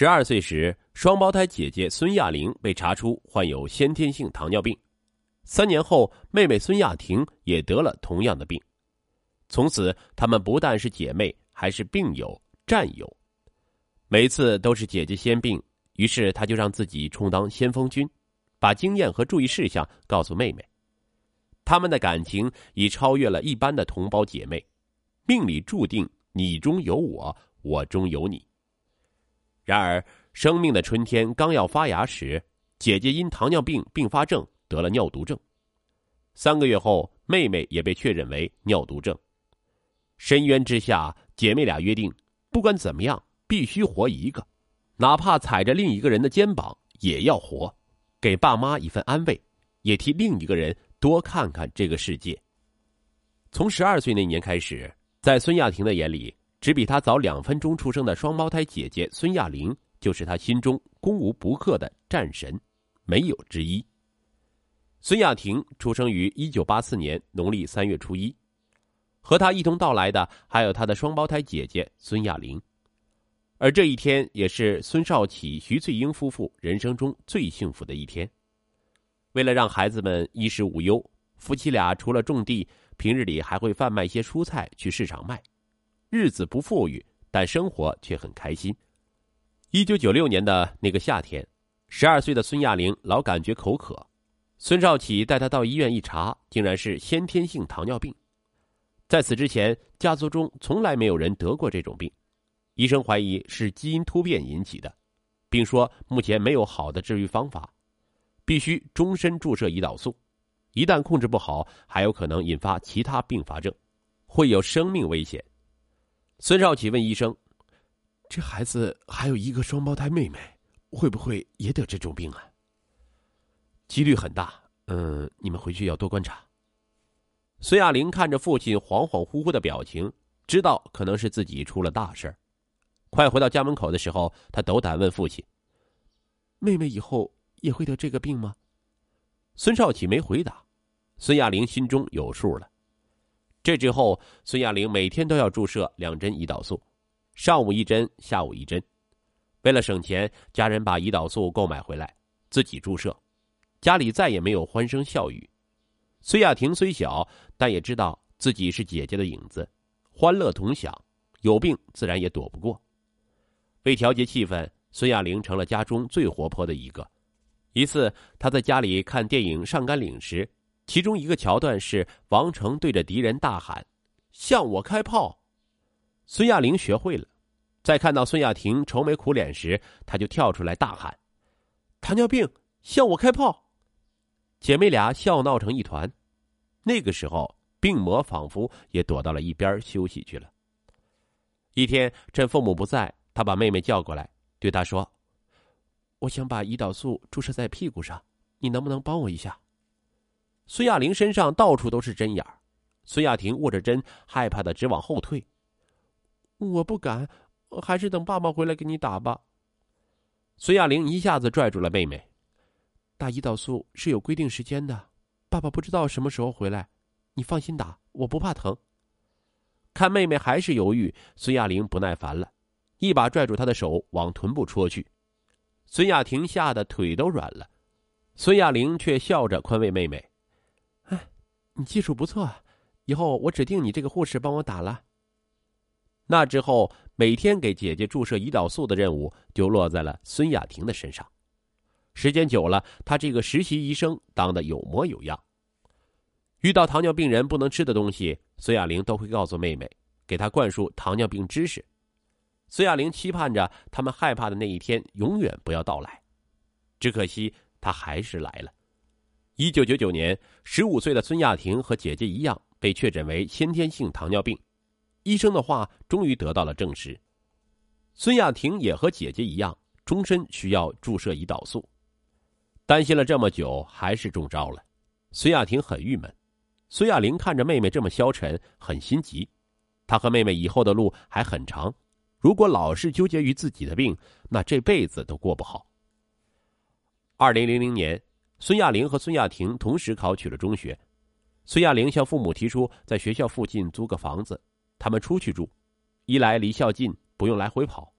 12岁时，双胞胎姐姐孙亚玲被查出患有先天性糖尿病。3年后，妹妹孙亚婷也得了同样的病。从此，她们不但是姐妹，还是病友、战友。每次都是姐姐先病，于是她就让自己充当先锋军，把经验和注意事项告诉妹妹。她们的感情已超越了一般的同胞姐妹，命里注定你中有我，我中有你。然而，生命的春天刚要发芽时，姐姐因糖尿病并发症得了尿毒症。3个月后，妹妹也被确认为尿毒症。深渊之下，姐妹俩约定，不管怎么样，必须活一个，哪怕踩着另一个人的肩膀也要活，给爸妈一份安慰，也替另一个人多看看这个世界。从12岁那年开始，在孙亚婷的眼里，只比她早2分钟出生的双胞胎姐姐孙亚玲就是她心中攻无不克的战神，没有之一。孙亚婷出生于1984年农历3月初1，和她一同到来的还有她的双胞胎姐姐孙亚玲。而这一天也是孙少启、徐翠英夫妇人生中最幸福的一天。为了让孩子们衣食无忧，夫妻俩除了种地，平日里还会贩卖些蔬菜去市场卖。日子不富裕，但生活却很开心。1996年的那个夏天，12岁的孙亚玲老感觉口渴，孙少启带她到医院一查，竟然是先天性糖尿病。在此之前，家族中从来没有人得过这种病，医生怀疑是基因突变引起的，并说目前没有好的治愈方法，必须终身注射胰岛素，一旦控制不好，还有可能引发其他并发症，会有生命危险。孙少启问医生：“这孩子还有一个双胞胎妹妹，会不会也得这种病啊？”“几率很大，你们回去要多观察。”孙亚玲看着父亲恍恍惚惚的表情，知道可能是自己出了大事。快回到家门口的时候，他斗胆问父亲：“妹妹以后也会得这个病吗？”孙少启没回答，孙亚玲心中有数了。这之后，孙亚玲每天都要注射2针胰岛素，上午1针，下午1针。为了省钱，家人把胰岛素购买回来，自己注射。家里再也没有欢声笑语。孙亚婷虽小，但也知道自己是姐姐的影子，欢乐同享，有病自然也躲不过。为调节气氛，孙亚玲成了家中最活泼的一个。一次，她在家里看电影《上甘岭》时，其中一个桥段是王成对着敌人大喊：“向我开炮！”孙亚玲学会了，在看到孙亚婷愁眉苦脸时，她就跳出来大喊：“糖尿病，向我开炮！”姐妹俩笑闹成一团。那个时候，病魔仿佛也躲到了一边休息去了。一天，趁父母不在，她把妹妹叫过来，对她说：“我想把胰岛素注射在屁股上，你能不能帮我一下？”孙亚玲身上到处都是针眼儿，孙亚婷握着针，害怕的直往后退。“我不敢，还是等爸爸回来给你打吧。”孙亚玲一下子拽住了妹妹：“打胰岛素是有规定时间的，爸爸不知道什么时候回来，你放心打，我不怕疼。”看妹妹还是犹豫，孙亚玲不耐烦了，一把拽住她的手往臀部戳去。孙亚婷吓得腿都软了，孙亚玲却笑着宽慰妹妹：“哎，你技术不错，以后我指定你这个护士帮我打了。”那之后，每天给姐姐注射胰岛素的任务就落在了孙亚婷的身上。时间久了，她这个实习医生当得有模有样。遇到糖尿病人不能吃的东西，孙亚玲都会告诉妹妹，给她灌输糖尿病知识。孙亚玲期盼着他们害怕的那一天永远不要到来，只可惜他还是来了。1999年，15岁的孙亚婷和姐姐一样被确诊为先天性糖尿病，医生的话终于得到了证实。孙亚婷也和姐姐一样，终身需要注射胰岛素。担心了这么久，还是中招了。孙亚婷很郁闷，孙亚玲看着妹妹这么消沉，很心急。她和妹妹以后的路还很长，如果老是纠结于自己的病，那这辈子都过不好。2000年，孙亚玲和孙亚婷同时考取了中学。孙亚玲向父母提出在学校附近租个房子，他们出去住，一来离校近，不用来回跑；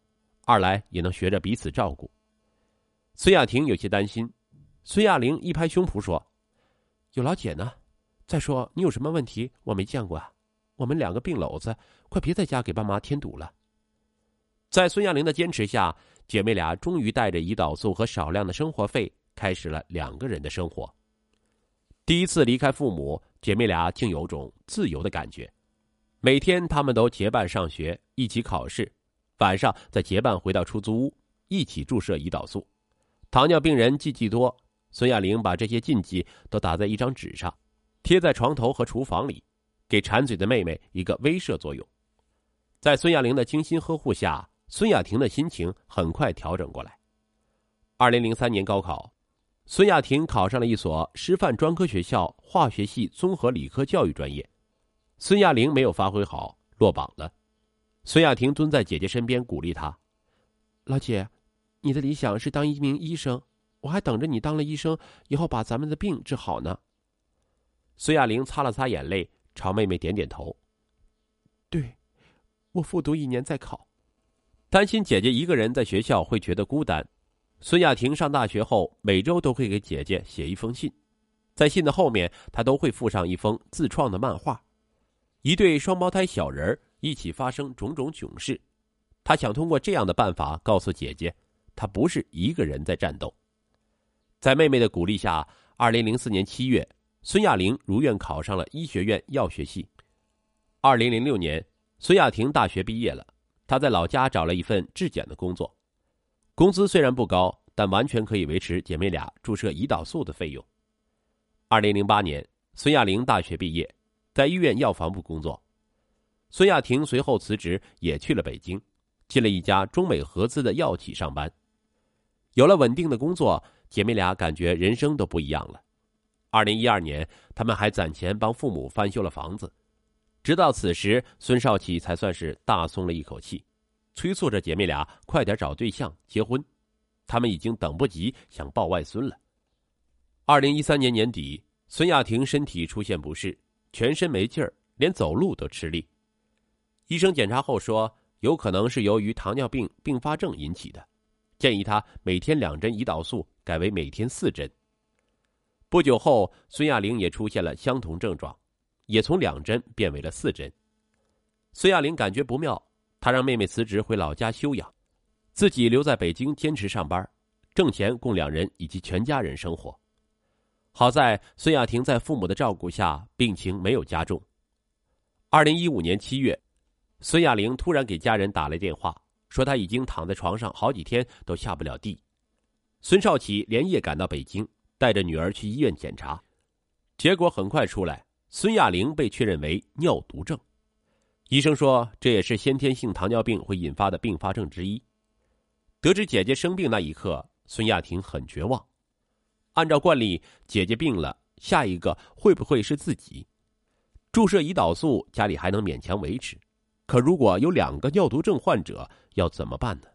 二来也能学着彼此照顾。孙亚婷有些担心，孙亚玲一拍胸脯说：“有老姐呢，再说你有什么问题我没见过啊，我们2个病篓子，快别在家给爸妈添堵了。”在孙亚玲的坚持下，姐妹俩终于带着胰岛素和少量的生活费，开始了2个人的生活。第一次离开父母，姐妹俩竟有种自由的感觉。每天她们都结伴上学，一起考试，晚上再结伴回到出租屋，一起注射胰岛素。糖尿病人忌忌多，孙亚玲把这些禁忌都打在一张纸上，贴在床头和厨房里，给馋嘴的妹妹一个威慑作用。在孙亚玲的精心呵护下，孙亚婷的心情很快调整过来。2003年高考，孙亚婷考上了一所师范专科学校化学系综合理科教育专业。孙亚玲没有发挥好，落榜了。孙亚婷蹲在姐姐身边鼓励她：“老姐，你的理想是当一名医生，我还等着你当了医生以后把咱们的病治好呢。”孙亚玲擦了擦眼泪，朝妹妹点点头：“对，我复读1年再考。”担心姐姐一个人在学校会觉得孤单，孙亚婷上大学后每周都会给姐姐写一封信，在信的后面她都会附上一封自创的漫画，一对双胞胎小人一起发生种种囧事。她想通过这样的办法告诉姐姐，她不是一个人在战斗。在妹妹的鼓励下，2004年7月，孙亚玲如愿考上了医学院药学系。2006年，孙亚婷大学毕业了，她在老家找了一份质检的工作，工资虽然不高，但完全可以维持姐妹俩注射胰岛素的费用。2008年，孙亚玲大学毕业，在医院药房部工作。孙亚婷随后辞职，也去了北京，进了一家中美合资的药企上班。有了稳定的工作，姐妹俩感觉人生都不一样了。2012年，他们还攒钱帮父母翻修了房子。直到此时，孙少奇才算是大松了一口气，催促着姐妹俩快点找对象结婚。他们已经等不及想抱外孙了。2013年年底，孙亚婷身体出现不适，全身没劲儿，连走路都吃力。医生检查后说，有可能是由于糖尿病并发症引起的，建议她每天2针胰岛素改为每天4针。不久后，孙亚玲也出现了相同症状，也从2针变为了4针。孙亚玲感觉不妙，她让妹妹辞职回老家休养，自己留在北京坚持上班，挣钱供2人以及全家人生活。好在孙亚婷在父母的照顾下，病情没有加重。2015年7月，孙亚玲突然给家人打来电话，说她已经躺在床上好几天都下不了地。孙少奇连夜赶到北京，带着女儿去医院检查，结果很快出来，孙亚玲被确认为尿毒症。医生说这也是先天性糖尿病会引发的并发症之一。得知姐姐生病那一刻，孙亚婷很绝望。按照惯例，姐姐病了，下一个会不会是自己？注射胰岛素家里还能勉强维持，可如果有2个尿毒症患者，要怎么办呢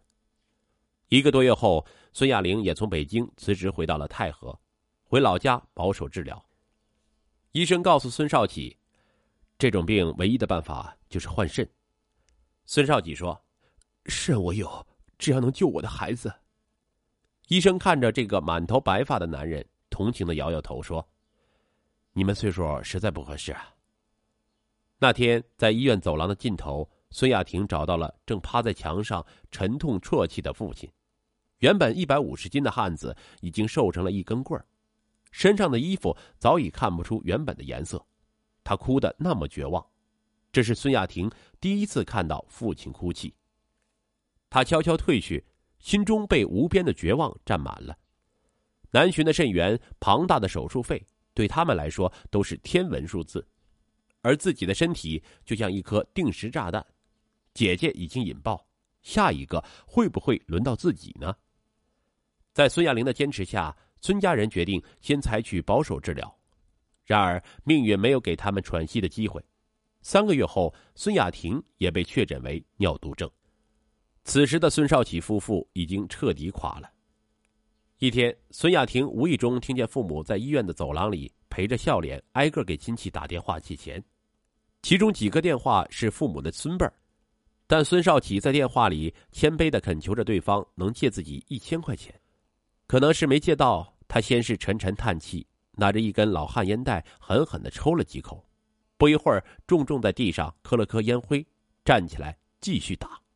？1个多月后，孙亚玲也从北京辞职回到了太和，回老家保守治疗。医生告诉孙少奇，这种病唯一的办法就是换肾。孙少奇说：“肾我有，只要能救我的孩子。”医生看着这个满头白发的男人，同情地摇摇头说：“你们岁数实在不合适啊。”那天在医院走廊的尽头，孙亚婷找到了正趴在墙上沉痛啜泣的父亲。原本150斤的汉子已经瘦成了一根棍儿，身上的衣服早已看不出原本的颜色，他哭得那么绝望。这是孙亚婷第一次看到父亲哭泣。他悄悄退去，心中被无边的绝望占满了。南巡的肾源、庞大的手术费，对他们来说都是天文数字，而自己的身体就像一颗定时炸弹，姐姐已经引爆，下一个会不会轮到自己呢？在孙亚玲的坚持下，孙家人决定先采取保守治疗。然而命运没有给他们喘息的机会，3个月后，孙亚婷也被确诊为尿毒症。此时的孙少奇夫妇已经彻底垮了。一天，孙亚婷无意中听见父母在医院的走廊里陪着笑脸挨个给亲戚打电话借钱，其中几个电话是父母的孙辈儿。 但孙少启在电话里谦卑地恳求着对方能借自己1000块钱。可能是没借到，他先是沉沉叹气，拿着一根老旱烟袋狠狠地抽了几口，不一会儿重重在地上磕了磕烟灰，站起来继续打。